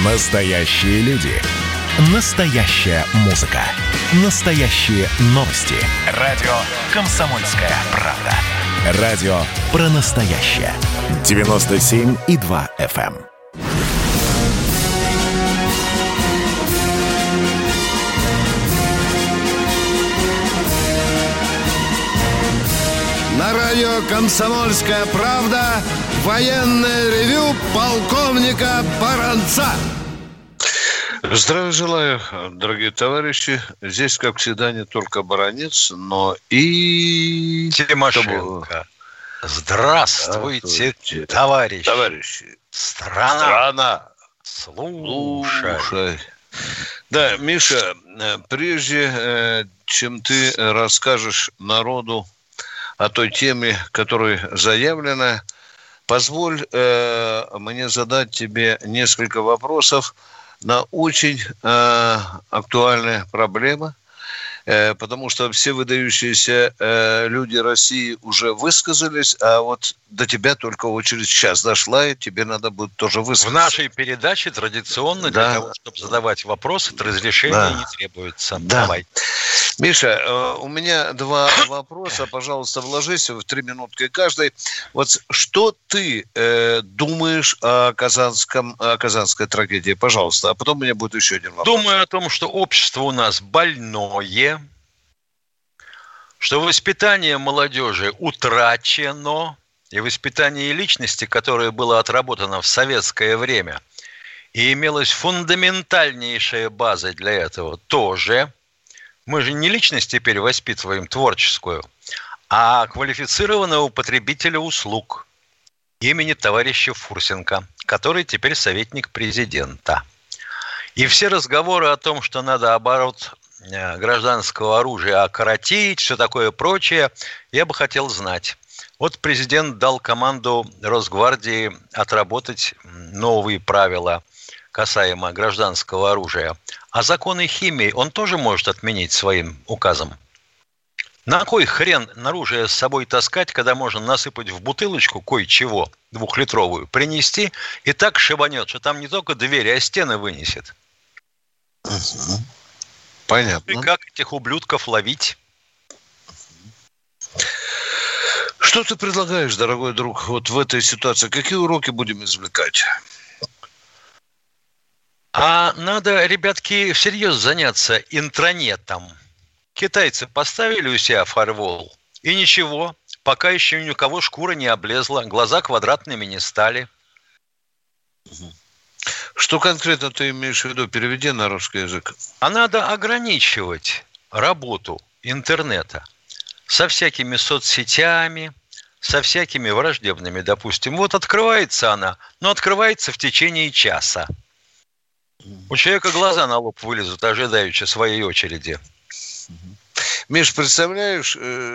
Настоящие люди. Настоящая музыка. Настоящие новости. Радио «Комсомольская правда». Радио про настоящее. 97,2 FM. На радио «Комсомольская правда» военное ревю полковника Баранца. Здравия желаю, дорогие товарищи. Здесь, как всегда, не только Баранец, но и Тимошенко. Здравствуйте, товарищи. Страна. Слушай. Да, Миша, прежде чем ты расскажешь народу о той теме, которая заявлена, позволь мне задать тебе несколько вопросов на очень актуальные проблемы, потому что все выдающиеся люди России уже высказались, а вот до тебя только очередь сейчас дошла, и тебе надо будет тоже высказаться. В нашей передаче традиционно для того, чтобы задавать вопросы, разрешения не требуется. Да. Давай. Миша, у меня два вопроса, пожалуйста, вложись в 3 минутки каждый. Вот что ты думаешь о казанской трагедии? Пожалуйста, а потом у меня будет еще один вопрос. Думаю о том, что общество у нас больное, что воспитание молодежи утрачено, и воспитание личности, которое было отработано в советское время, и имелась фундаментальнейшая база для этого тоже. Мы же не личность теперь воспитываем творческую, а квалифицированного потребителя услуг имени товарища Фурсенко, который теперь советник президента. И все разговоры о том, что надо оборот гражданского оружия окоротить, все такое прочее, я бы хотел знать. Вот президент дал команду Росгвардии отработать новые правила касаемо гражданского оружия. А законы химии он тоже может отменить своим указом. На кой хрен оружие с собой таскать, когда можно насыпать в бутылочку кое-чего, 2-литровую, принести, и так шибанет, что там не только двери, а стены вынесет. Понятно. И как этих ублюдков ловить? Что ты предлагаешь, дорогой друг, вот в этой ситуации? Какие уроки будем извлекать? А надо, ребятки, всерьез заняться интранетом. Китайцы поставили у себя фаервол, и ничего, пока еще ни у кого шкура не облезла, глаза квадратными не стали. Что конкретно ты имеешь в виду? Переведи на русский язык. А надо ограничивать работу интернета со всякими соцсетями, со всякими враждебными, допустим. Вот открывается она, но открывается в течение часа. У человека глаза на лоб вылезут, ожидаючи своей очереди. Миш, представляешь,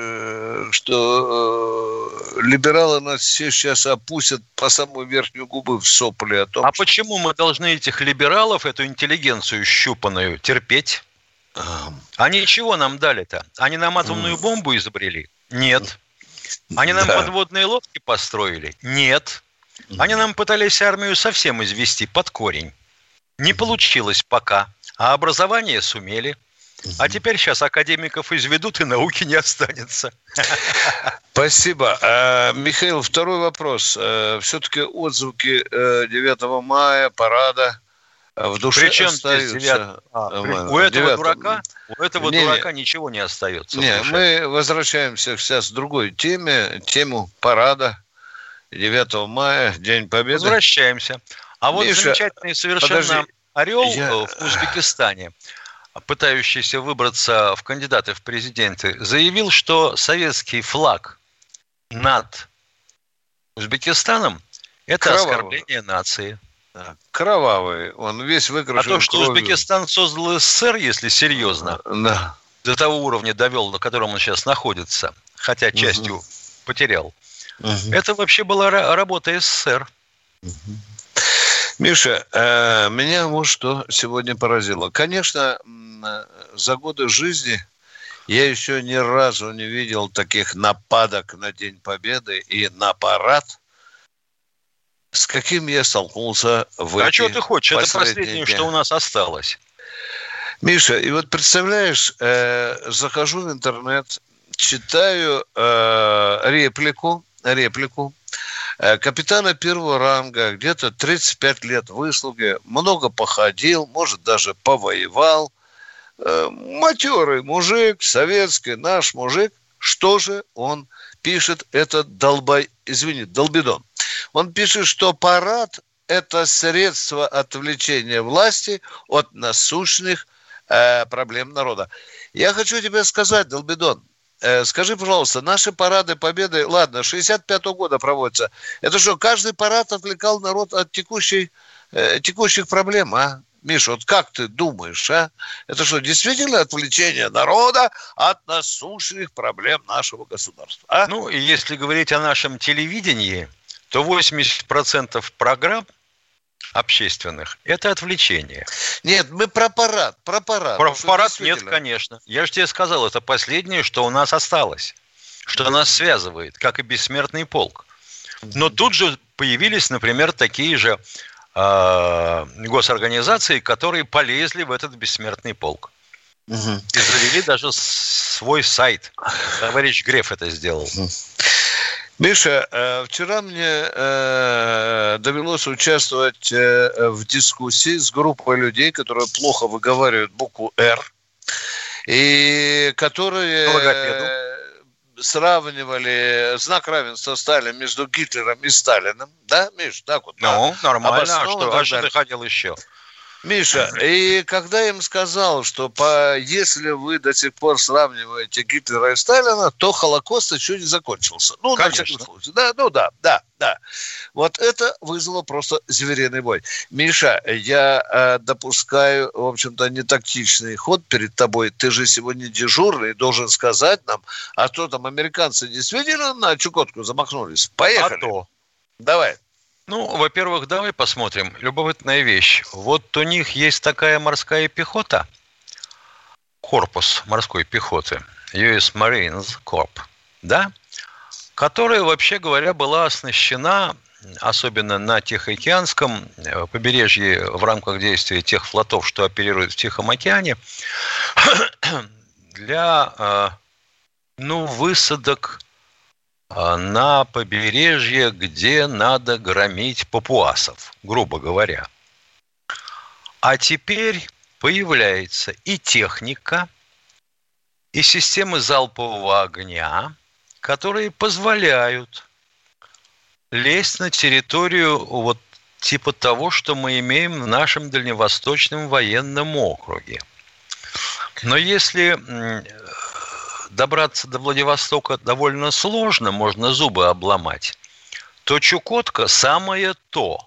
что либералы нас все сейчас опустят по самую верхнюю губу в сопли о том, почему мы должны этих либералов, эту интеллигенцию щупанную, терпеть? Они чего нам дали-то? Они нам атомную бомбу изобрели? Нет. Они нам подводные лодки построили? Нет. Они нам пытались армию совсем извести под корень. Не получилось пока, а образование сумели. А теперь сейчас академиков изведут, и науки не останется. Спасибо. Михаил, второй вопрос. Все-таки отзвуки 9 мая, парада в душе Причем остаются. У этого дурака ничего не остается. Мы возвращаемся сейчас к другой теме, тему парада 9 мая, День Победы. Возвращаемся. А вот Миша, замечательный совершенно орел в Узбекистане, пытающийся выбраться в кандидаты в президенты, заявил, что советский флаг над Узбекистаном – это оскорбление нации. Кровавый, он весь выкрашен кровью. А то, что Узбекистан создал СССР, если серьезно, до того уровня довел, на котором он сейчас находится, хотя частью потерял, это вообще была работа СССР. Миша, меня вот что сегодня поразило. Конечно, за годы жизни я еще ни разу не видел таких нападок на День Победы и на парад с каким я столкнулся в эти что ты хочешь? Это дни. последнее, что у нас осталось. Миша, и вот представляешь, захожу в интернет, читаю реплику капитана первого ранга, где-то 35 лет выслуги, много походил, может, даже повоевал. Матерый мужик, советский, наш мужик. Что же он пишет, этот долбидон? Он пишет, что парад – это средство отвлечения власти от насущных проблем народа. Я хочу тебе сказать, долбидон, скажи, пожалуйста, наши парады победы, ладно, 65-го года проводятся. Это что, каждый парад отвлекал народ от текущих проблем, а? Миша, вот как ты думаешь, а? Это что, действительно отвлечение народа от насущных проблем нашего государства? А? Ну, и если говорить о нашем телевидении, то 80% программ общественных – это отвлечение. Нет, мы про парад. Про парад нет, конечно. Я же тебе сказал, это последнее, что у нас осталось, что нас связывает, как и бессмертный полк. Но тут же появились, например, такие же госорганизации, которые полезли в этот бессмертный полк. И завели даже свой сайт. Товарищ Греф это сделал. Миша, вчера мне довелось участвовать в дискуссии с группой людей, которые плохо выговаривают букву «Р», и которые сравнивали знак равенства Сталина между Гитлером и Сталиным. Да, Миш, так вот. Ну, да? Нормально. А что ты хотел еще? Миша, и когда я им сказал, что если вы до сих пор сравниваете Гитлера и Сталина, то Холокост еще не закончился. Ну, конечно. На всякий случай. Да. Вот это вызвало просто звериный бой. Миша, я допускаю, в общем-то, нетактичный ход перед тобой. Ты же сегодня дежурный, должен сказать нам, а то там американцы действительно на Чукотку замахнулись. Поехали. А то. Давай. Ну, во-первых, давай посмотрим. Любопытная вещь. Вот у них есть такая морская пехота, корпус морской пехоты, US Marines Corps, да, которая, вообще говоря, была оснащена, особенно на Тихоокеанском побережье в рамках действия тех флотов, что оперируют в Тихом океане, для, высадок на побережье, где надо громить папуасов, грубо говоря. А теперь появляется и техника, и системы залпового огня, которые позволяют лезть на территорию вот типа того, что мы имеем в нашем Дальневосточном военном округе. Но если добраться до Владивостока довольно сложно, можно зубы обломать, то Чукотка самое то.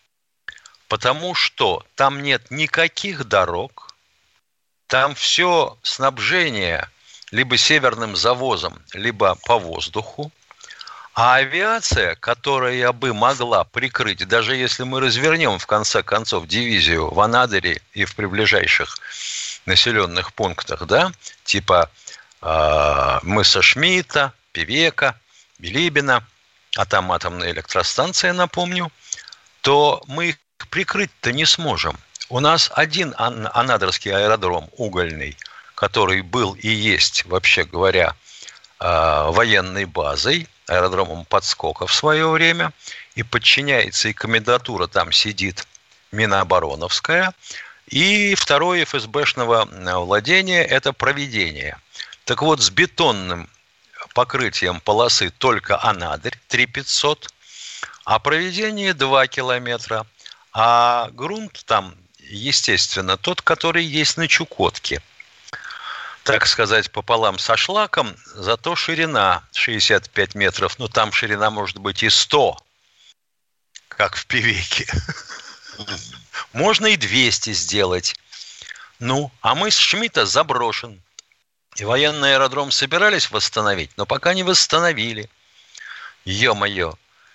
Потому что там нет никаких дорог, там все снабжение либо северным завозом, либо по воздуху. А авиация, которая бы могла прикрыть, даже если мы развернем в конце концов дивизию в Анадыре и в ближайших населенных пунктах, да, типа мыса Шмидта, Певека, Билибина, а там атомная электростанция, напомню, то мы их прикрыть-то не сможем. У нас один Анадырский аэродром угольный, который был и есть, вообще говоря, военной базой, аэродромом подскока в свое время, и подчиняется, и комендатура там сидит Минобороновская, и второе ФСБшного владения – это Провидение. Так вот, с бетонным покрытием полосы только Анадырь 3500, а Провидение 2 километра, а грунт там, естественно, тот, который есть на Чукотке. Так сказать, пополам со шлаком, зато ширина 65 метров, ну там ширина может быть и 100, как в Певеке. Можно и 200 сделать. Ну, а мыс Шмидта заброшен. И военный аэродром собирались восстановить, но пока не восстановили. Ё-моё.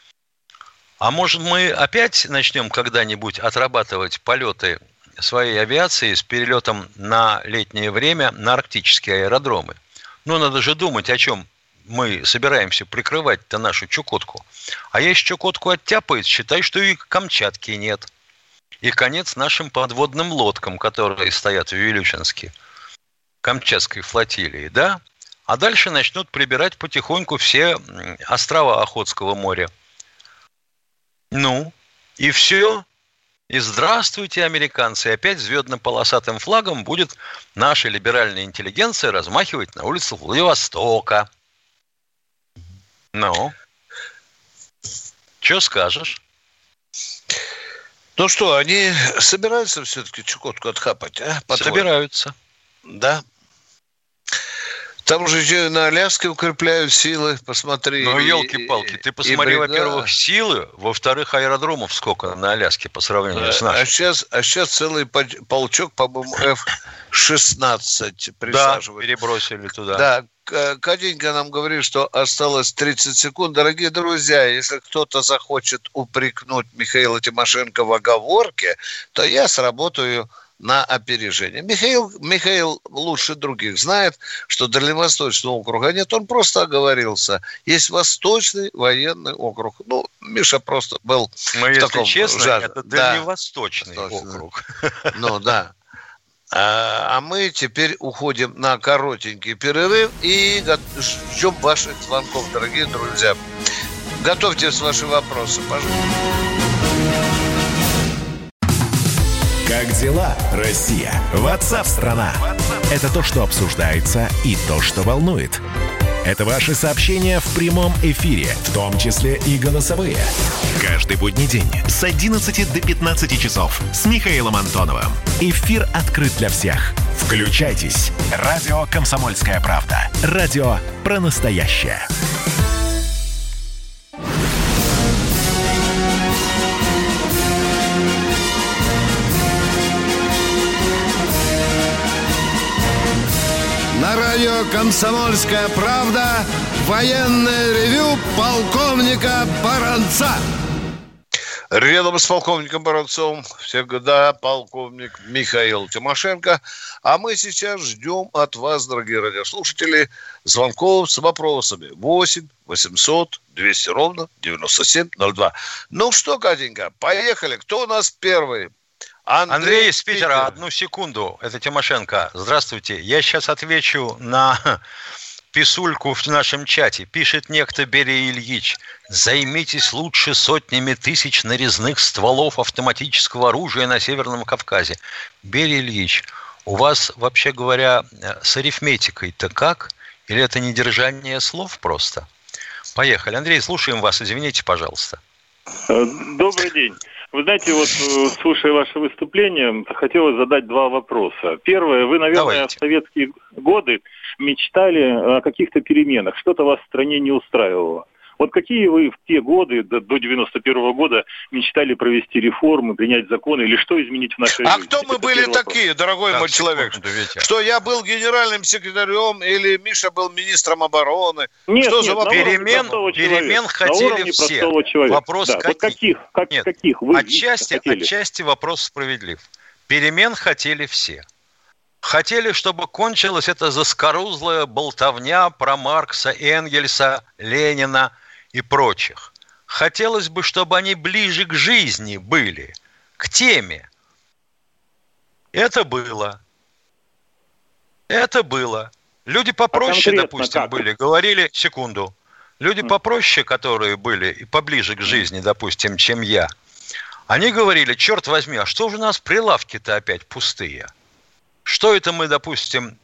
А может, мы опять начнем когда-нибудь отрабатывать полеты своей авиации с перелетом на летнее время на арктические аэродромы? Ну, надо же думать, о чем мы собираемся прикрывать-то нашу Чукотку. А если Чукотку оттяпает, считай, что и Камчатки нет. И конец нашим подводным лодкам, которые стоят в Вилючинске, Камчатской флотилии, да? А дальше начнут прибирать потихоньку все острова Охотского моря. Ну, и все. И здравствуйте, американцы. И опять звездно-полосатым флагом будет наша либеральная интеллигенция размахивать на улицах Владивостока. Ну, что скажешь? Ну что, они собираются все-таки Чукотку отхапать, а? Собираются. Да. Там уже на Аляске укрепляют силы, посмотри. Ну, елки-палки, ты посмотри, во-первых, силы, во-вторых, аэродромов сколько на Аляске по сравнению с нашим. А сейчас целый полчок, по-моему, F-16 присаживают. Да, перебросили туда. Да, Катенька нам говорит, что осталось 30 секунд. Дорогие друзья, если кто-то захочет упрекнуть Михаила Тимошенко в оговорке, то я сработаю на опережение. Михаил лучше других знает, что Дальневосточного округа нет, он просто оговорился. Есть Восточный военный округ. Ну, Миша просто был в если таком честно, жаре. Это Дальневосточный округ. Ну, да. А мы теперь уходим на коротенький перерыв и ждем ваших звонков, дорогие друзья. Готовьте ваши вопросы, пожалуйста. Как дела, Россия? WhatsApp-страна! Это то, что обсуждается и то, что волнует. Это ваши сообщения в прямом эфире, в том числе и голосовые. Каждый будний день с 11 до 15 часов с Михаилом Антоновым. Эфир открыт для всех. Включайтесь. Радио «Комсомольская правда». Радио про настоящее. На радио «Комсомольская правда» военное ревю полковника Баранца. Рядом с полковником Баранцовым всегда полковник Михаил Тимошенко. А мы сейчас ждем от вас, дорогие радиослушатели, звонков с вопросами. 8 800 200 ровно 9702. Ну что, Катенька, поехали. Кто у нас первый? Андрей из Питера, одну секунду. Это Тимошенко. Здравствуйте. Я сейчас отвечу на писульку в нашем чате. Пишет некто Берия Ильич. Займитесь лучше сотнями тысяч нарезных стволов автоматического оружия на Северном Кавказе. Берия Ильич, у вас, вообще говоря, с арифметикой-то как? Или это недержание слов просто? Поехали. Андрей, слушаем вас. Извините, пожалуйста. Добрый день. Вы знаете, вот слушая ваше выступление, хотелось задать два вопроса. Первое, вы, наверное, в советские годы мечтали о каких-то переменах. Что-то вас в стране не устраивало. Вот какие вы в те годы, до 91-го года, мечтали провести реформы, принять законы или что изменить в нашей жизни? А кто мы были такие, дорогой мой человек? Что я был генеральным секретарем или Миша был министром обороны? Нет, что нет, за перемен хотели все. Вопрос да. каких? Вот каких вы отчасти вопрос справедлив. Перемен хотели все. Хотели, чтобы кончилась эта заскорузлая болтовня про Маркса, Энгельса, Ленина и прочих. Хотелось бы, чтобы они ближе к жизни были, к теме. Это было. Люди попроще, допустим, как? Были, говорили, секунду. Люди попроще, которые были и поближе к жизни, допустим, чем я, они говорили, черт возьми, а что же у нас прилавки-то опять пустые? Что это мы, допустим,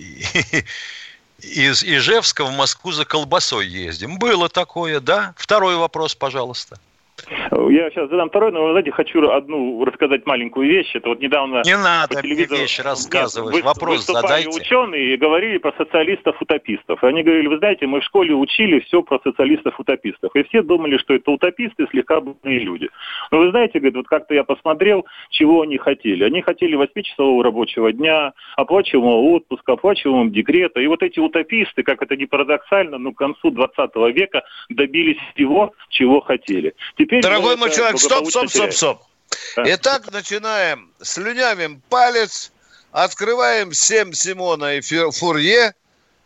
из Ижевска в Москву за колбасой ездим? Было такое, да? Второй вопрос, пожалуйста. Я сейчас задам второй, но, вы знаете, хочу одну рассказать маленькую вещь. Это вот недавно не надо по телевизору вещь рассказывать, вопрос задайте. Ученые и говорили про социалистов-утопистов. И они говорили, вы знаете, мы в школе учили все про социалистов-утопистов. И все думали, что это утописты, слегка бедные люди. Но вы знаете, говорит, вот как-то я посмотрел, чего они хотели. Они хотели 8-часового рабочего дня, оплачиваемого отпуска, оплачиваемого декрета. И вот эти утописты, как это ни парадоксально, но к концу 20 века добились всего, чего хотели. Теперь дорогой мой человек, стоп. Итак, начинаем. Слюнявим палец, открываем 7 Симона и Фурье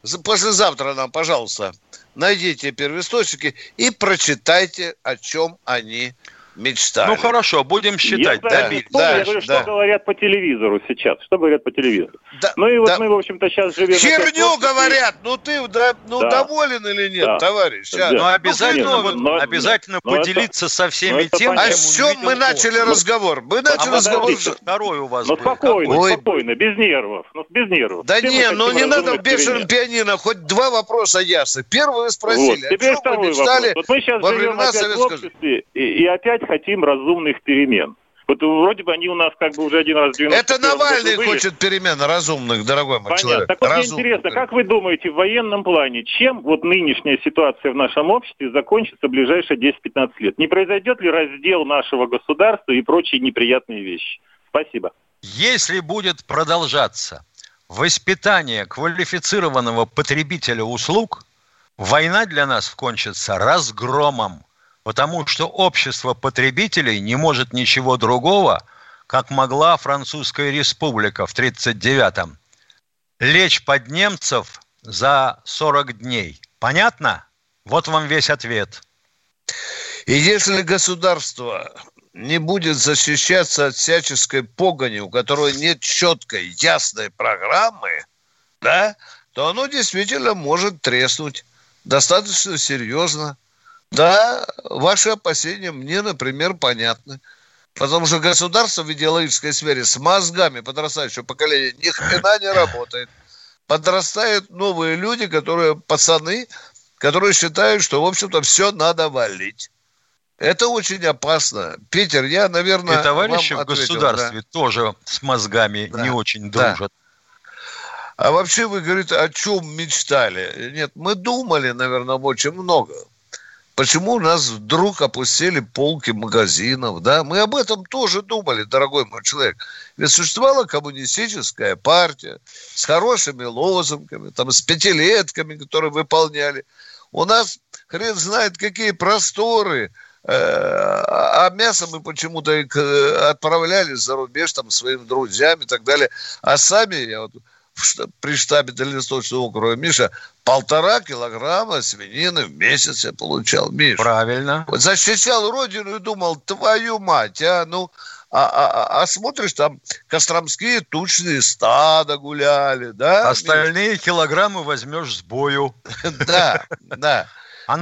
послезавтра нам, пожалуйста, найдите первоисточники и прочитайте, о чем они мечтали. Ну, хорошо, будем считать. Я говорю, что говорят по телевизору сейчас. Что говорят по телевизору? Мы, в общем-то, сейчас живем... Херню говорят! Ты доволен или нет, товарищ? Ну, обязательно поделиться со всеми тем, А с чем мы начали разговор? Второй у вас был. Спокойно, без нервов. Да не надо в бешеном пианино. Хоть два вопроса ясны. Первый вы спросили, о чем вы мечтали во времена Советского Союза. И опять хотим разумных перемен. Вот вроде бы они у нас как бы уже один раз... Это Навальный хочет перемен разумных, дорогой мой человек. Так вот мне интересно, как вы думаете, в военном плане, чем вот нынешняя ситуация в нашем обществе закончится в ближайшие 10-15 лет? Не произойдет ли раздел нашего государства и прочие неприятные вещи? Спасибо. Если будет продолжаться воспитание квалифицированного потребителя услуг, война для нас кончится разгромом. Потому что общество потребителей не может ничего другого, как могла Французская республика в 1939-м. Лечь под немцев за 40 дней. Понятно? Вот вам весь ответ. И если государство не будет защищаться от всяческой погони, у которой нет четкой, ясной программы, да, то оно действительно может треснуть достаточно серьезно. Да, ваши опасения мне, например, понятны. Потому что государство в идеологической сфере с мозгами подрастающего поколения ни хрена не работает. Подрастают новые люди, пацаны, которые считают, что, в общем-то, все надо валить. Это очень опасно. Питер, я, наверное, и товарищи в государстве тоже с мозгами не очень дружат. А вообще вы говорите, о чем мечтали? Нет, мы думали, наверное, очень много. Почему у нас вдруг опустили полки магазинов, да? Мы об этом тоже думали, дорогой мой человек. Ведь существовала коммунистическая партия с хорошими лозунгами, там, с пятилетками, которые выполняли. У нас хрен знает какие просторы, а мясо мы почему-то отправляли за рубеж там, своим друзьям и так далее. А сами, я вот при штабе Дальневосточного округа, Миша, 1,5 килограмма свинины в месяц я получал, Миша. Правильно. Вот защищал родину и думал, твою мать, а смотришь, там костромские тучные стада гуляли, да? Остальные килограммы возьмешь с бою. Да. А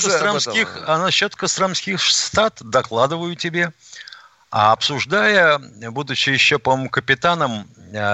насчет костромских стад докладываю тебе. А обсуждая, будучи еще, по-моему, капитаном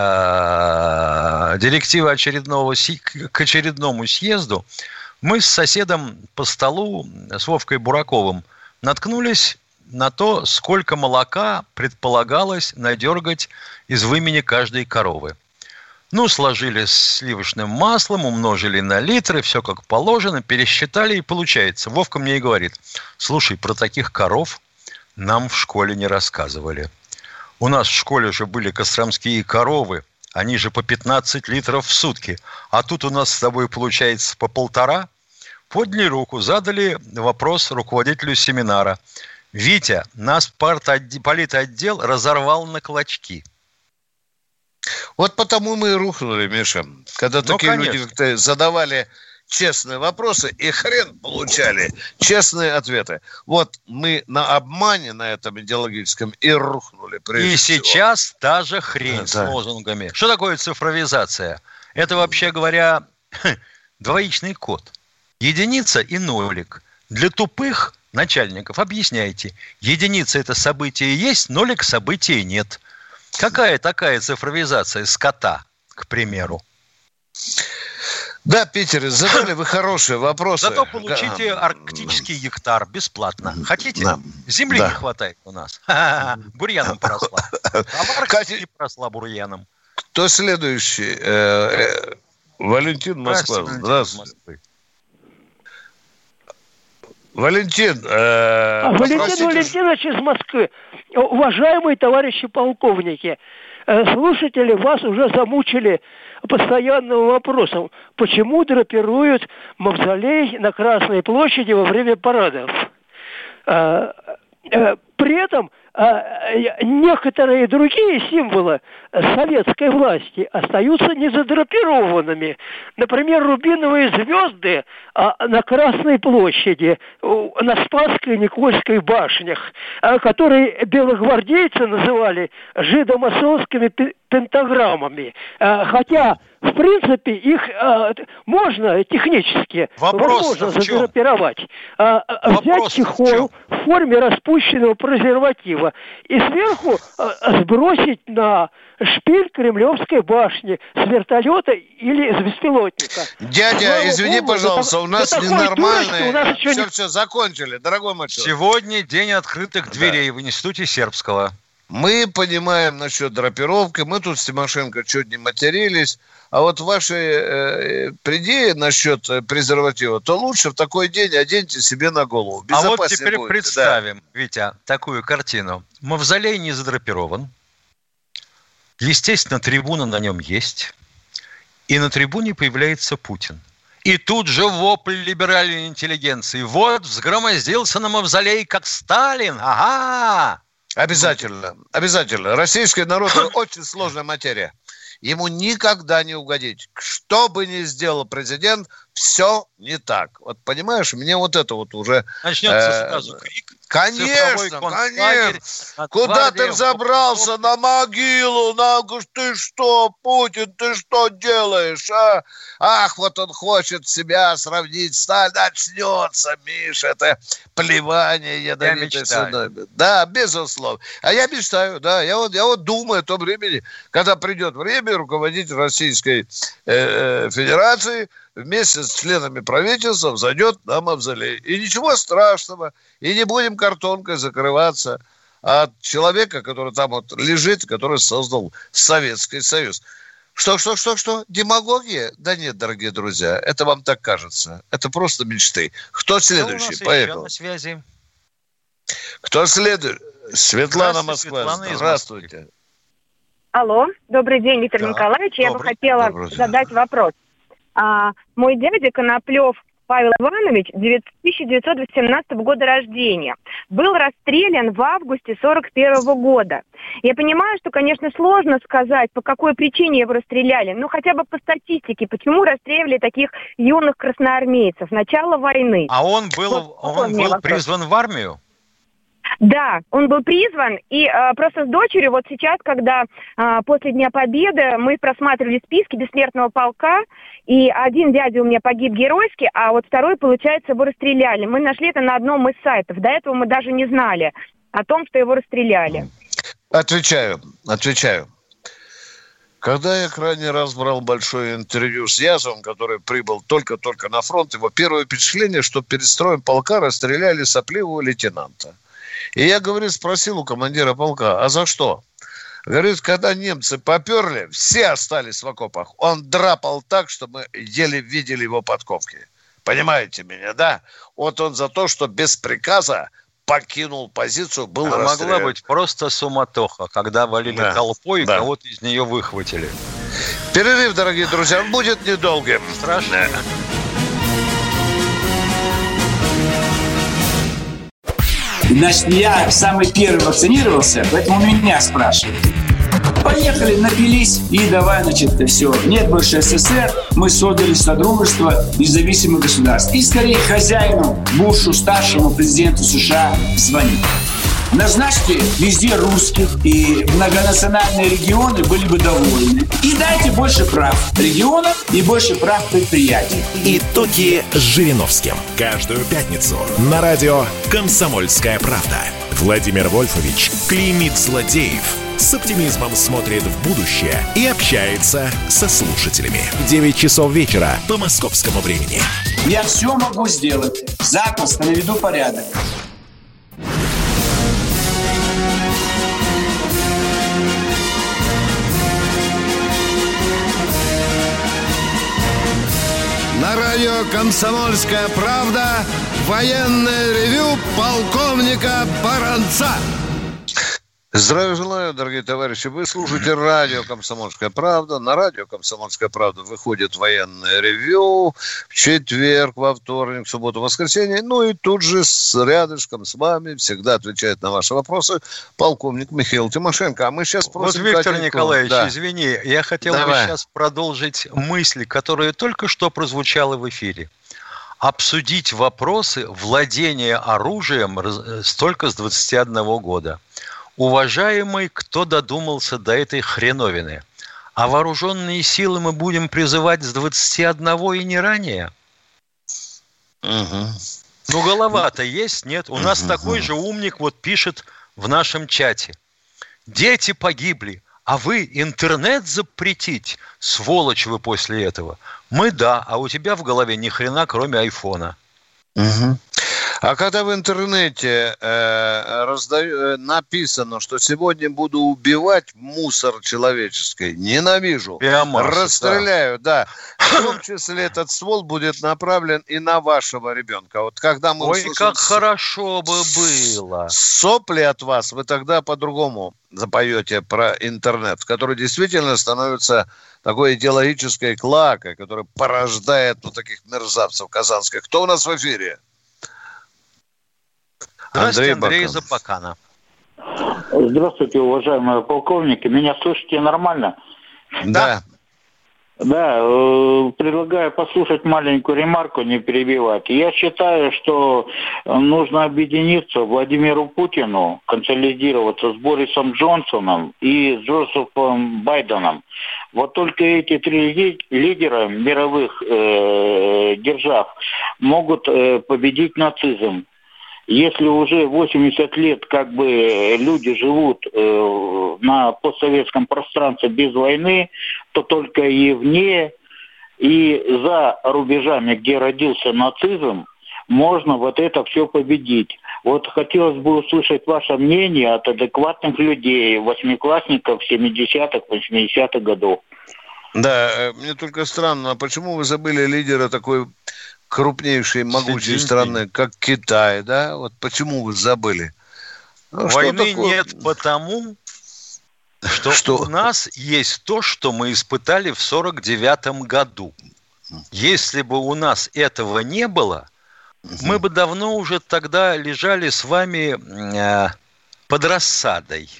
директивы к очередному съезду, мы с соседом по столу, с Вовкой Бураковым, наткнулись на то, сколько молока предполагалось надергать из вымени каждой коровы. Сложили с сливочным маслом, умножили на литры, все как положено, пересчитали, и получается. Вовка мне и говорит, слушай, про таких коров нам в школе не рассказывали. У нас в школе же были костромские коровы, они же по 15 литров в сутки. А тут у нас с тобой получается по 1,5. Подняли руку, задали вопрос руководителю семинара. Витя, нас политотдел разорвал на клочки. Вот потому мы и рухнули, Миша. Когда такие люди, как ты, задавали честные вопросы и хрен получали честные ответы. Вот мы на обмане на этом идеологическом и рухнули. И сейчас та же хрень с лозунгами. Что такое цифровизация? Это, вообще говоря, двоичный код. Единица и нолик. Для тупых начальников объясняйте. Единица – это событие есть, нолик – события нет. Какая такая цифровизация скота, к примеру? Да, Питер, задали вы хорошие вопросы. Зато получите арктический гектар бесплатно. Хотите? Да. Земли не хватает у нас. Бурьяном поросла. А в Арктике поросла бурьяном. Кто следующий? Валентин, Москва. Здравствуйте. Валентин. Валентин Валентинович из Москвы. Уважаемые товарищи полковники, слушатели вас уже замучили постоянным вопросом, почему драпируют мавзолей на Красной площади во время парадов. При этом некоторые другие символы советской власти остаются незадрапированными. Например, рубиновые звезды на Красной площади, на Спасской и Никольской башнях, которые белогвардейцы называли жидомасонскими пентаграммами. Хотя, в принципе, их можно технически возможно задрапировать. Взять чехол в форме распущенного презерватива и сверху сбросить на шпиль Кремлевской башни с вертолета или с беспилотника. Дядя, извини, пожалуйста, у нас ненормальные... Все, закончили, дорогой мой человек. Сегодня день открытых дверей в Институте Сербского. Мы понимаем насчет драпировки, мы тут с Тимошенко чуть не матерились, а вот ваши идеи насчет презерватива, то лучше в такой день оденьте себе на голову. А вот теперь будет. Представим, да. Витя, такую картину. Мавзолей не задрапирован, естественно, трибуна на нем есть, и на трибуне появляется Путин. И тут же вопль либеральной интеллигенции. Вот взгромоздился на мавзолей, как Сталин, ага! Обязательно, обязательно. Российский народ – очень сложная материя. Ему никогда не угодить. Что бы ни сделал президент, все не так. Вот понимаешь, мне вот это вот уже... Начнется сразу крик. Конечно, конечно. Куда ты взобрался? На могилу? Ты что, Путин, ты что делаешь? А? Ах, вот он хочет себя сравнить с Сталином. Начнется, Миша, это плевание ядовитой слюной. Да, безусловно. А я мечтаю, да. Я вот думаю о том времени, когда придет время руководитель Российской Федерации вместе с членами правительства взойдет на мавзолей. И ничего страшного. И не будем картонкой закрываться от человека, который там вот лежит, который создал Советский Союз. Что? Демагогия? Да нет, дорогие друзья, это вам так кажется. Это просто мечты. Кто следующий? Поехал. На связи. Кто следующий? Светлана, Москва. Здравствуйте. Алло, добрый день, Виктор Николаевич. Я бы хотела задать вопрос. Мой дядя Коноплев Павел Иванович, 1918 года рождения, был расстрелян в августе 1941 года. Я понимаю, что, конечно, сложно сказать, по какой причине его расстреляли, но хотя бы по статистике, почему расстреливали таких юных красноармейцев, начало войны. А он был призван в армию? Да, он был призван, и просто с дочерью вот сейчас, когда после Дня Победы мы просматривали списки бессмертного полка, и один дядя у меня погиб геройски, а вот второй, получается, его расстреляли. Мы нашли это на одном из сайтов. До этого мы даже не знали о том, что его расстреляли. Отвечаю. Когда я крайний раз брал большое интервью с Язовым, который прибыл только-только на фронт, его первое впечатление, что перед строем полка расстреляли сопливого лейтенанта. И я, говорит, спросил у командира полка, а за что? Говорит, когда немцы поперли, все остались в окопах. Он драпал так, что мы еле видели его подковки. Понимаете меня, да? Вот он за то, что без приказа покинул позицию, был расстрелян. Могла быть просто суматоха, когда валили толпой, и кого-то из нее выхватили. Перерыв, дорогие друзья, он будет недолгим. Страшно. Значит, я самый первый вакцинировался, поэтому меня спрашивают. Поехали, напились и давай, значит, все. Нет больше СССР, мы создали Содружество независимых государств. И скорее хозяину Бушу, старшему президенту США, звонить. Назначьте везде русских, и многонациональные регионы были бы довольны. И дайте больше прав регионам и больше прав предприятий. Итоги с Жириновским. Каждую пятницу на радио «Комсомольская правда». Владимир Вольфович клеймит злодеев, с оптимизмом смотрит в будущее и общается со слушателями. 9 часов вечера по московскому времени. Я все могу сделать. Запросто наведу порядок. На радио «Комсомольская правда» военное ревю полковника Баранца. Здравия желаю, дорогие товарищи. Вы слушаете радио «Комсомольская правда». На радио «Комсомольская правда» выходит военное ревью в четверг, во вторник, в субботу, в воскресенье. Ну и тут же рядышком с вами всегда отвечает на ваши вопросы полковник Михаил Тимошенко. А мы сейчас просим... Вот, Виктор Николаевич, извини, я хотел бы сейчас продолжить мысль, которая только что прозвучала в эфире. Обсудить вопросы владения оружием только с 21 года. Уважаемый, кто додумался до этой хреновины? А вооруженные силы мы будем призывать с 21 и не ранее? Ну, голова-то есть, нет? У нас такой же умник вот пишет в нашем чате. Дети погибли, а вы интернет запретить? Сволочь вы после этого. Мы да, а у тебя в голове ни хрена, кроме айфона. А когда в интернете написано, что сегодня буду убивать мусор человеческий, ненавижу, расстреляю, да. В том числе этот ствол будет направлен и на вашего ребенка. Вот когда мы услышим, как хорошо бы было. Сопли от вас, вы тогда по-другому запоете про интернет, который действительно становится такой идеологической клакой, которая порождает таких мерзавцев казанских. Кто у нас в эфире? Здравствуйте, Андрей из Абакана. Здравствуйте, уважаемые полковники. Меня слышите нормально? Да. Да, предлагаю послушать маленькую ремарку, не перебивать. Я считаю, что нужно объединиться Владимиру Путину, консолидироваться с Борисом Джонсоном и с Джозефом Байденом. Вот только эти три лидера мировых держав могут победить нацизм. Если уже 80 лет люди живут на постсоветском пространстве без войны, то только и вне, и за рубежами, где родился нацизм, можно вот это все победить. Вот хотелось бы услышать ваше мнение от адекватных людей, восьмиклассников 70-х, 80-х годов. Да, мне только странно, а почему вы забыли лидера такой крупнейшей, могучей страны, как Китай, да? Вот почему вы забыли? Войны нет потому, что у нас есть то, что мы испытали в 49-м году. Если бы у нас этого не было, мы бы давно уже тогда лежали с вами под рассадой.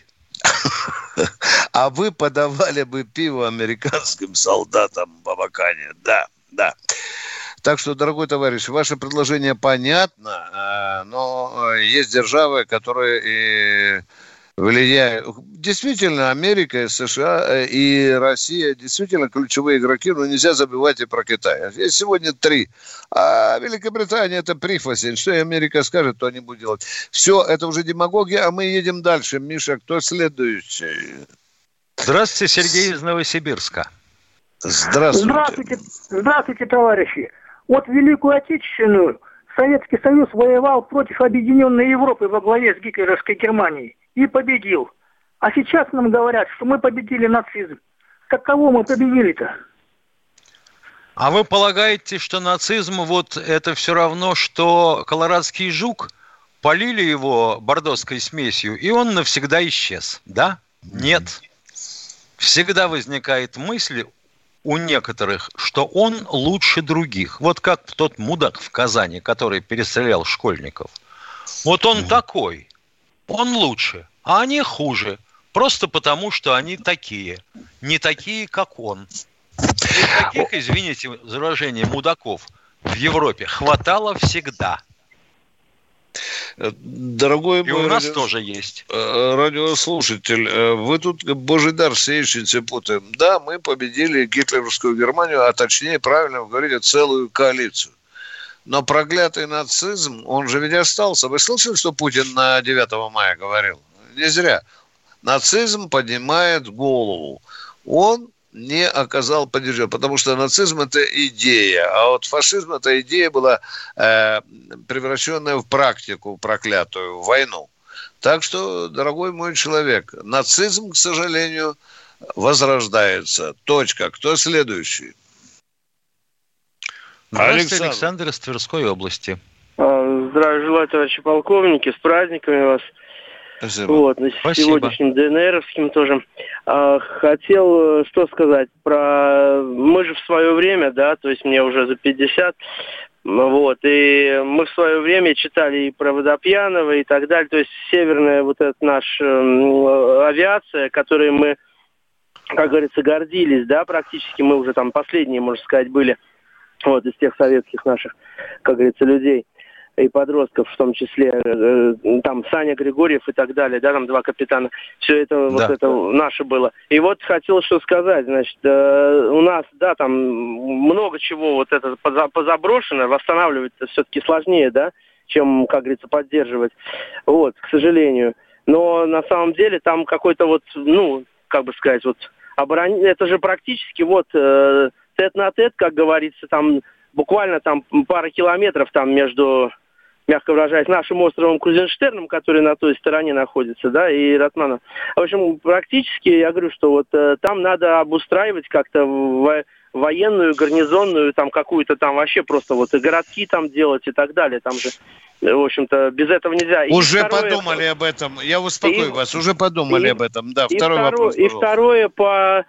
А вы подавали бы пиво американским солдатам в Абакане. Да, да. Так что, дорогой товарищ, ваше предложение понятно, но есть державы, которые влияют. Действительно, Америка, и США и Россия действительно ключевые игроки, но нельзя забывать и про Китай. Есть сегодня три. А Великобритания – это прихвостень. Что и Америка скажет, то они будут делать. Все, это уже демагогия, а мы едем дальше. Миша, кто следующий? Здравствуйте, Сергей из Новосибирска. Здравствуйте. Здравствуйте, товарищи. Вот в Великую Отечественную Советский Союз воевал против Объединенной Европы во главе с гитлеровской Германией и победил. А сейчас нам говорят, что мы победили нацизм. Так кого мы победили-то? А вы полагаете, что нацизм вот это все равно, что колорадский жук? Полили его бордоской смесью, и он навсегда исчез, да? Нет. Всегда возникает мысль у некоторых, что он лучше других. Вот как тот мудак в Казани, который перестрелял школьников. Вот он такой, он лучше, а они хуже. Просто потому, что они такие. Не такие, как он. И таких, извините за выражение, мудаков в Европе хватало всегда. Дорогой и у нас тоже есть. Радиослушатель, вы тут божий дар сеющийся путаем. Да, мы победили гитлеровскую Германию, а точнее, правильно вы говорите, целую коалицию. Но проклятый нацизм, он же ведь остался. Вы слышали, что Путин на 9 мая говорил? Не зря. Нацизм поднимает голову. Он не оказал поддержки, потому что нацизм – это идея, а вот фашизм – это идея была превращенная в практику проклятую, в войну. Так что, дорогой мой человек, нацизм, к сожалению, возрождается. Точка. Кто следующий? Здравствуйте, Александр из Тверской области. Здравия желаю, товарищи полковники, с праздниками вас. Спасибо. Вот, сегодняшним ДНРовским тоже. Хотел что сказать про... Мы же в свое время, да, то есть мне уже за 50, вот, и мы в свое время читали и про Водопьянова и так далее, то есть северная вот эта наша авиация, которой мы, как говорится, гордились, да, практически мы уже там последние, можно сказать, были, вот, из тех советских наших, как говорится, людей и подростков в том числе, там Саня Григорьев и так далее, да, там 2 капитана, все это, да, вот это наше было. И вот хотел что сказать, значит, у нас, да, там много чего вот это позаброшено, восстанавливать-то все-таки сложнее, да, чем, как говорится, поддерживать, вот, к сожалению. Но на самом деле там какой-то вот, ну, как бы сказать, вот, это же практически вот тет-на-тет, как говорится, там буквально там пара километров там между, мягко выражаясь, нашим островом Крузенштерном, который на той стороне находится, да, и Ратманом. В общем, практически, я говорю, что вот там надо обустраивать как-то военную, гарнизонную, там какую-то там вообще просто вот и городки там делать и так далее. Там же, в общем-то, без этого нельзя. Уже подумали об этом. Я успокою вас, уже подумали об этом. Да, второй вопрос. И второе по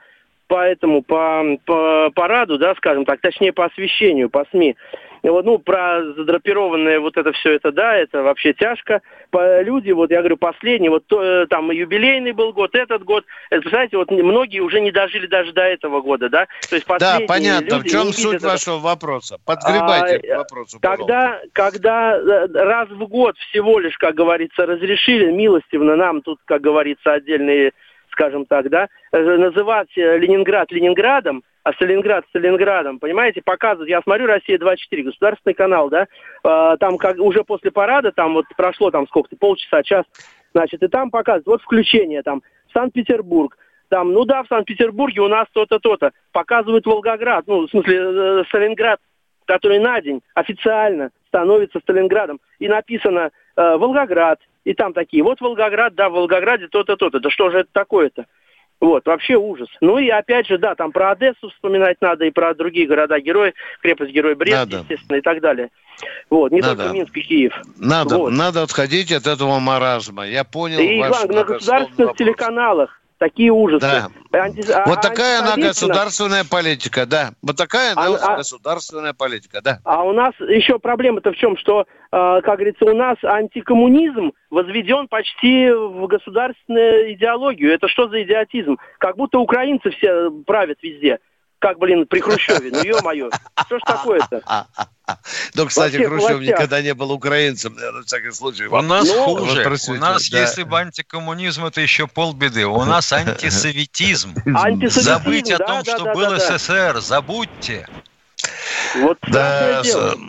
параду, да, скажем так, точнее по освещению, по СМИ. Вот, ну, про задрапированное вот это все, это, да, это вообще тяжко. Люди, вот я говорю, последний, вот там юбилейный был год, этот год, это, представляете, вот многие уже не дожили даже до этого года, да? То есть да, понятно. В чем суть вашего вопроса? Подгребайте к вопросу, когда раз в год всего лишь, как говорится, разрешили милостивно нам тут, как говорится, отдельные, скажем так, да, называть Ленинград Ленинградом, а Сталинград Сталинградом, понимаете, показывают, я смотрю «Россия-24», государственный канал, да, там как уже после парада, там вот прошло там сколько-то, полчаса, час, значит, и там показывают, вот включение, там, Санкт-Петербург, там, ну да, в Санкт-Петербурге у нас то-то, то-то, показывают Волгоград, ну, в смысле, Сталинград, который на день официально становится Сталинградом, и написано Волгоград, и там такие, вот Волгоград, да, в Волгограде то-то, то-то, да что же это такое-то? Вот, вообще ужас. Ну и опять же, да, там про Одессу вспоминать надо, и про другие города-герои, крепость-герой Брест, естественно, и так далее. Вот, не только Минск и Киев. Надо отходить от этого маразма. Я понял. И главное, на государственных телеканалах такие ужасы. Да. Вот такая она государственная политика, да. Вот такая она государственная политика, да. А у нас еще проблема-то в чем, что, как говорится, у нас антикоммунизм возведен почти в государственную идеологию. Это что за идиотизм? Как будто украинцы все правят везде. Как, блин, при Хрущеве. Ну, ё-моё. Что ж такое-то? Ну, кстати, Хрущев никогда не был украинцем, на всякий случай. У нас хуже. У нас, если бы антикоммунизм, это еще полбеды. У нас антисоветизм. Забыть о том, что был СССР. Забудьте. Вот да,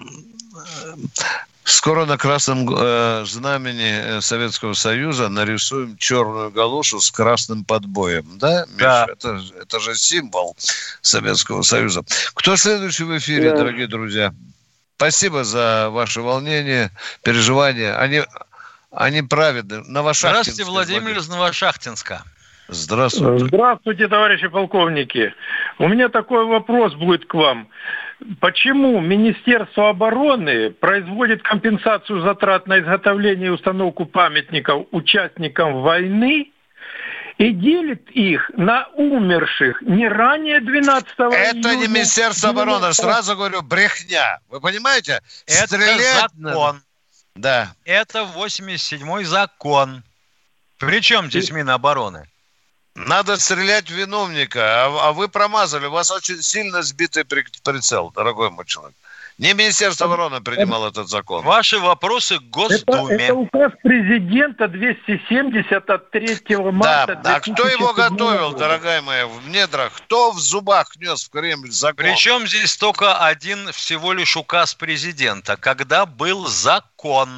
скоро на красном знамени Советского Союза нарисуем черную галошу с красным подбоем. Да, Миша? Да. Это же символ Советского Союза. Кто следующий в эфире, дорогие друзья? Спасибо за ваше волнение, переживания. Они праведны. Здравствуйте, Владимир из Новошахтинска. Здравствуйте. Здравствуйте, товарищи полковники. У меня такой вопрос будет к вам. Почему Министерство обороны производит компенсацию затрат на изготовление и установку памятников участникам войны и делит их на умерших не ранее 12 июня? Это не Министерство обороны, сразу говорю, брехня. Вы понимаете? Это закон. Да. Это 87-й закон. Причем здесь Минобороны? Надо стрелять в виновника, а вы промазали. У вас очень сильно сбитый прицел, дорогой мой человек. Не Министерство обороны принимало этот закон. Ваши вопросы к Госдуме. Это указ президента 270 от 3 марта. Да, а кто его готовил, дорогая моя, в недрах? Кто в зубах нес в Кремль закон? Причем здесь только один всего лишь указ президента, когда был закон.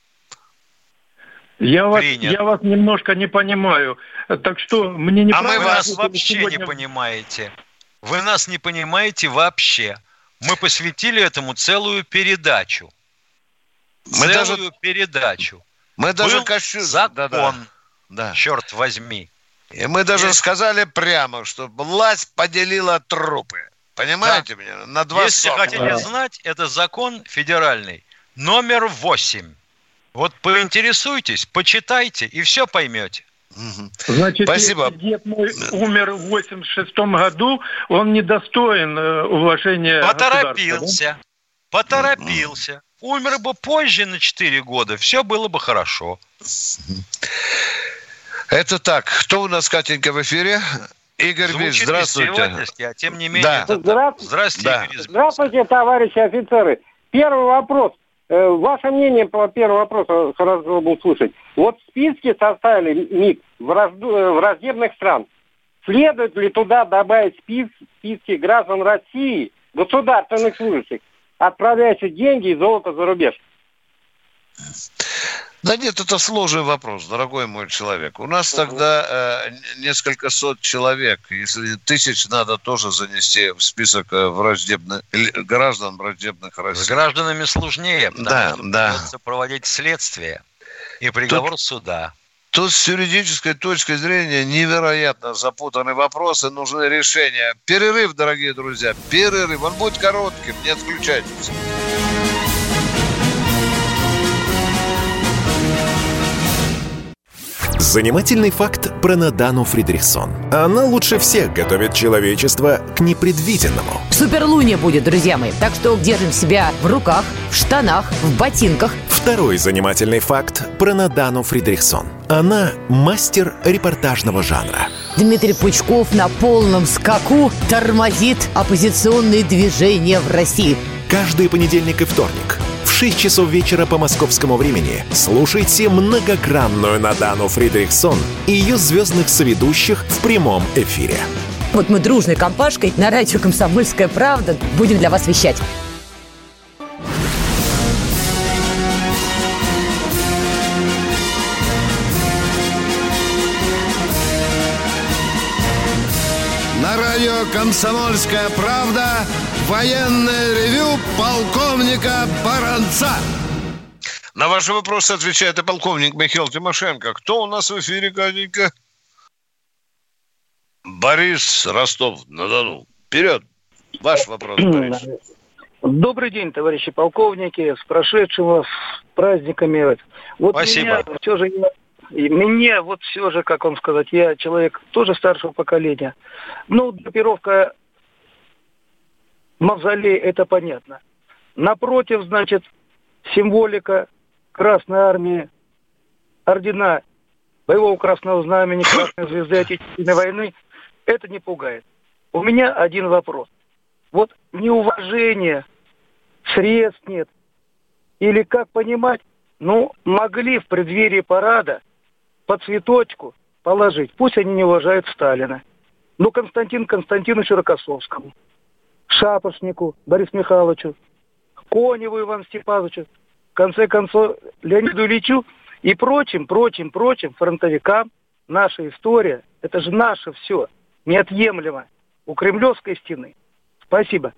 Я вас немножко не понимаю. Так что мне не мы вас вообще не понимаете. Вы нас не понимаете вообще. Мы посвятили этому целую передачу. Передачу. Мы даже закон. Да. Черт возьми. И мы даже сказали прямо, что власть поделила трупы. Понимаете меня? На 2 Если хотите знать, это закон федеральный. Номер 8. Вот поинтересуйтесь, почитайте, и все поймете. Значит, спасибо. Если дед мой умер в 86-м году, он недостоин уважения Поторопился. Умер бы позже на 4 года, все было бы хорошо. Это так. Кто у нас, Катенька, в эфире? Игорь Вич, здравствуйте. А тем не менее... Да. Здравствуйте, Игорь. Здравствуйте, товарищи офицеры. Первый вопрос. Ваше мнение по первому вопросу хорошо бы услышать. Вот списки составили МИД враждебных стран. Следует ли туда добавить списки граждан России, государственных служащих, отправляющих деньги и золото за рубеж? Да нет, это сложный вопрос, дорогой мой человек. У нас тогда несколько сот человек. Если 1000 надо тоже занести в список граждан враждебных России. С гражданами сложнее, да. Придется проводить следствие и приговор суда. Тут с юридической точки зрения невероятно запутанные вопросы, нужны решения. Перерыв, дорогие друзья, перерыв. Он будет коротким, не отключайтесь. Занимательный факт про Надану Фридрихсон. Она лучше всех готовит человечество к непредвиденному. Суперлуния будет, друзья мои. Так что держим себя в руках, в штанах, в ботинках. Второй занимательный факт про Надану Фридрихсон. Она мастер репортажного жанра. Дмитрий Пучков на полном скаку тормозит оппозиционные движения в России. Каждый понедельник и вторник в 6 часов вечера по московскому времени слушайте многогранную Надану Фридрихсон и ее звездных соведущих в прямом эфире. Вот мы дружной компашкой на радио «Комсомольская правда» будем для вас вещать. На радио «Комсомольская правда» военное ревю полковника Баранца. На ваши вопросы отвечает и полковник Михаил Тимошенко. Кто у нас в эфире, Катенька? Борис, Ростов-на-Дону. Вперед. Ваш вопрос, Борис. Добрый день, товарищи полковники. С прошедшим вас праздниками. Вот спасибо. Мне все же, как вам сказать, я человек тоже старшего поколения. Ну, драпировка мавзолей, это понятно. Напротив, значит, символика Красной Армии, ордена Боевого Красного Знамени, Красной Звезды Отечественной войны, это не пугает. У меня один вопрос. Вот неуважение, средств нет. Или как понимать, могли в преддверии парада по цветочку положить. Пусть они не уважают Сталина. Константину Константиновичу Рокоссовскому, Шапошнику Борису Михайловичу, Коневу Ивану Степановичу, в конце концов Леониду Ильичу и прочим фронтовикам. Наша история, это же наше все, неотъемлемо. У Кремлевской стены. Спасибо.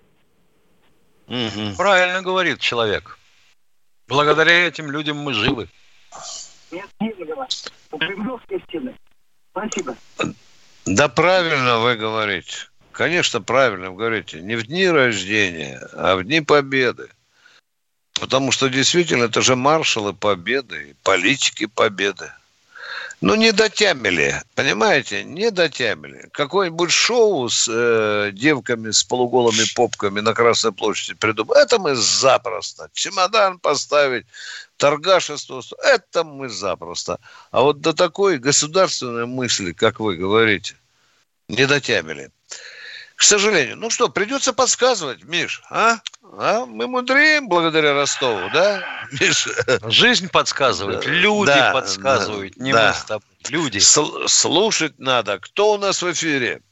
Правильно говорит человек. Благодаря этим людям мы живы. Неотъемлемо. У Кремлевской стены. Спасибо. Да правильно вы говорите. Конечно, правильно вы говорите. Не в дни рождения, а в дни победы. Потому что действительно это же маршалы победы, политики победы. Не дотямили, понимаете, не дотямили. Какое-нибудь шоу с девками с полуголыми попками на Красной площади придумали. Это мы запросто. Чемодан поставить, торгашество, это мы запросто. А вот до такой государственной мысли, как вы говорите, не дотямили. К сожалению. Придется подсказывать, Миш, а? Мы мудреем благодаря Ростову, да, Миш? Жизнь подсказывает, люди подсказывают, не мы с тобой, люди. Слушать надо. Кто у нас в эфире?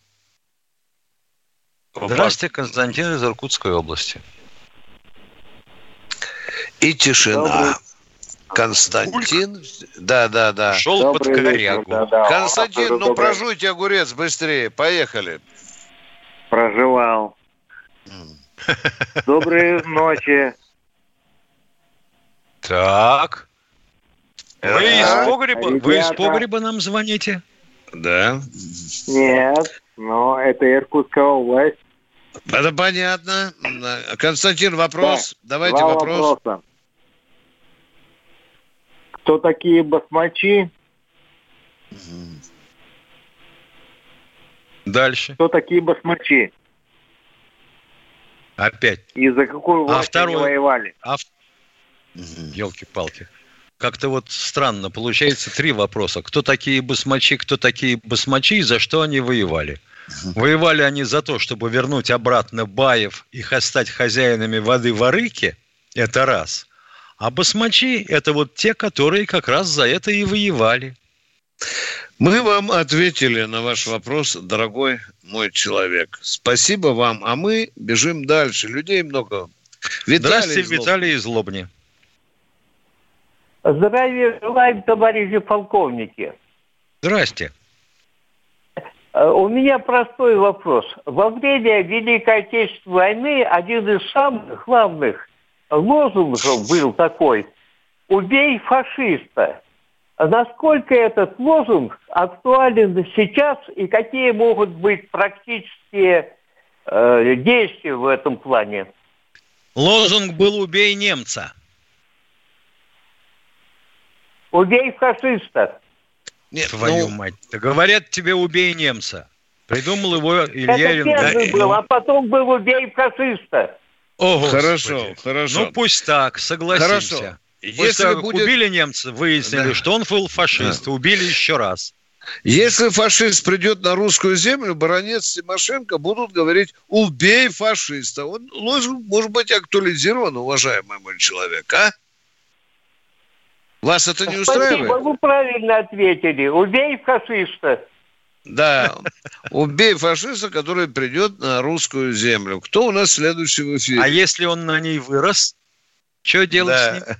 Здравствуйте, Константин из Иркутской области. И тишина. Константин, да. Шел под корягу. Константин, прожуйте огурец быстрее, поехали. Проживал. Доброй ночи. Так. Вы из погреба нам звоните? Да. Нет, это Иркутская область. Это понятно. Константин, вопрос. Давайте вопрос. Вопроса. Кто такие басмачи? Дальше. Кто такие басмачи? Опять. И за какую власть они воевали? Елки-палки. Как-то вот странно. Получается 3 вопроса. Кто такие басмачи, и за что они воевали? Воевали они за то, чтобы вернуть обратно баев и стать хозяинами воды в Арыке. Это раз. А басмачи – это вот те, которые как раз за это и воевали. Мы вам ответили на ваш вопрос, дорогой мой человек. Спасибо вам. А мы бежим дальше. Людей много. Здравствуйте, Виталий из Лобни. Здравия желаем, товарищи полковники. Здрасте. У меня простой вопрос. Во время Великой Отечественной войны один из самых главных лозунгов был такой: «Убей фашиста». Насколько этот лозунг актуален сейчас и какие могут быть практические действия в этом плане? Лозунг был «Убей немца». «Убей фашиста». Нет, твою мать. Да говорят тебе «Убей немца». Придумал его Илья Ренгарин. Это первый был, а потом был «Убей фашиста». О, хорошо. Ну пусть так, согласимся. Хорошо. Если убили немца, выяснили, что он был фашист, убили еще раз. Если фашист придет на русскую землю, баронец Тимошенко будут говорить «убей фашиста». Он может быть актуализирован, уважаемый мой человек, а? Вас это не устраивает? Спасибо, вы правильно ответили. «Убей фашиста». Да, убей фашиста, который придет на русскую землю. Кто у нас следующий в эфире? А если он на ней вырос? Что делать с ним?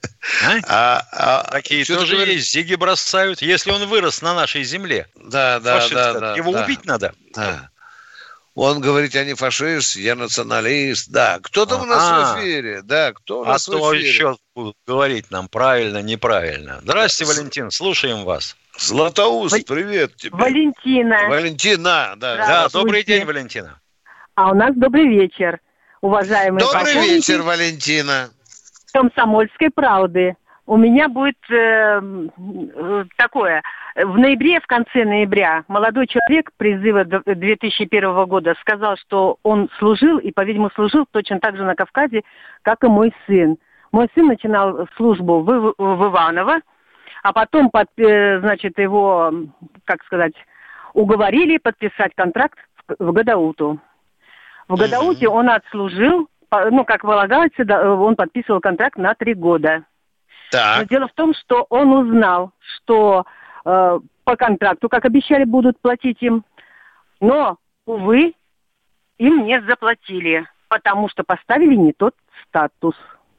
Такие тоже есть, зиги бросают. Если он вырос на нашей земле, его убить надо. Да. Он говорит, я не фашист, я националист. Да, кто там у нас в эфире? Да, кто у нас в эфире? А то еще будут говорить нам правильно, неправильно. Здравствуйте, Валентин, слушаем вас. Златоуст, привет тебе. Валентина, да. Добрый день, Валентина. А у нас добрый вечер, уважаемые полковники. Добрый вечер, Валентина. «Комсомольской правды». У меня будет такое. В ноябре, в конце ноября, молодой человек призыва 2001 года сказал, что он служил, и, по-видимому, служил точно так же на Кавказе, как и мой сын. Мой сын начинал службу в Иваново, а потом, его, уговорили подписать контракт в Гадауту. В Гадауте он отслужил, как полагается, он подписывал контракт на 3 года. Так. Но дело в том, что он узнал, что по контракту, как обещали, будут платить им, но, увы, им не заплатили, потому что поставили не тот статус.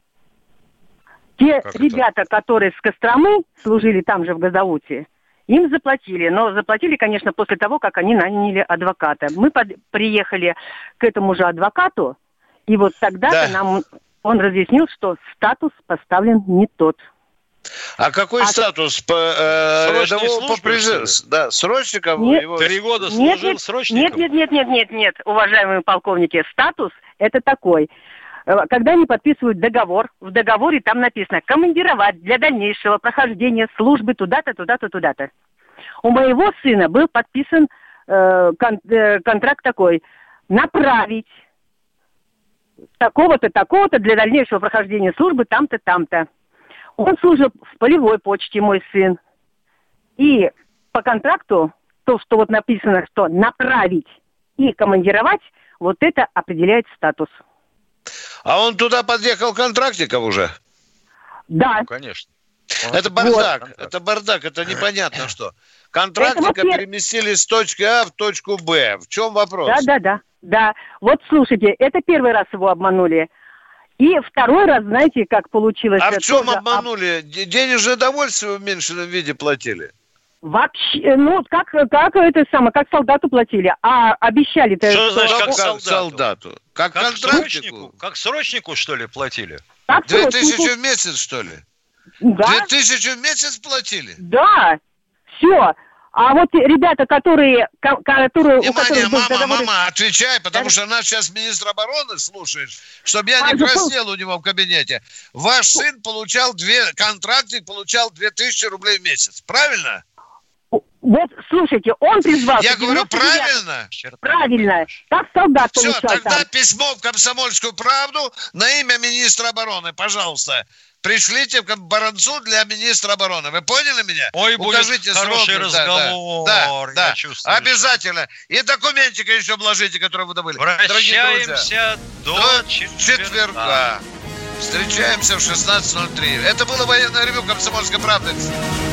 Те ребята, которые с Костромы служили там же в Гаудауте, им заплатили. Но заплатили, конечно, после того, как они наняли адвоката. Мы приехали к этому же адвокату, и вот тогда-то нам он разъяснил, что статус поставлен не тот. А какой статус? По призыву? Да, срочником? Нет, 3 года служил срочником? Нет, уважаемые полковники, статус это такой. Когда они подписывают договор, в договоре там написано «командировать для дальнейшего прохождения службы туда-то, туда-то, туда-то». У моего сына был подписан контракт такой «направить такого-то, такого-то для дальнейшего прохождения службы там-то, там-то». Он служил в полевой почте, мой сын. И по контракту, то, что вот написано, что направить и командировать, вот это определяет статус. А он туда подъехал контрактиков уже? Да. Ну, конечно. Это бардак, это непонятно что. Контрактика переместили с точки А в точку Б. В чем вопрос? Да. Вот слушайте, это первый раз его обманули. И второй раз, знаете, как получилось... А в чем обманули? Денежное довольствие в уменьшенном виде платили? Вообще, как солдату платили. А обещали-то... Что значит, как солдату? Как контрактнику? Как срочнику, что ли, платили? 2000 в месяц, что ли? Да. 2000 в месяц платили? Да. Все. А вот ребята, которые... Внимание, мама, отвечай, потому что нас сейчас министр обороны слушает, чтобы я не краснел у него в кабинете. Ваш сын получал контрактник получал 2000 рублей в месяц, правильно? Вот, слушайте, он призвал... Я говорю, правильно? Правильно. Так солдат получал. Все, тогда письмо в «Комсомольскую правду» на имя министра обороны, пожалуйста. Пришлите к Баранцу для министра обороны. Вы поняли меня? Ой, укажите будет хороший срок. разговор. Да. Обязательно. И документика еще обложите, который вы добыли. Прощаемся до четверга. Встречаемся в 16:03. Это было военное ревю «Комсомольской правды».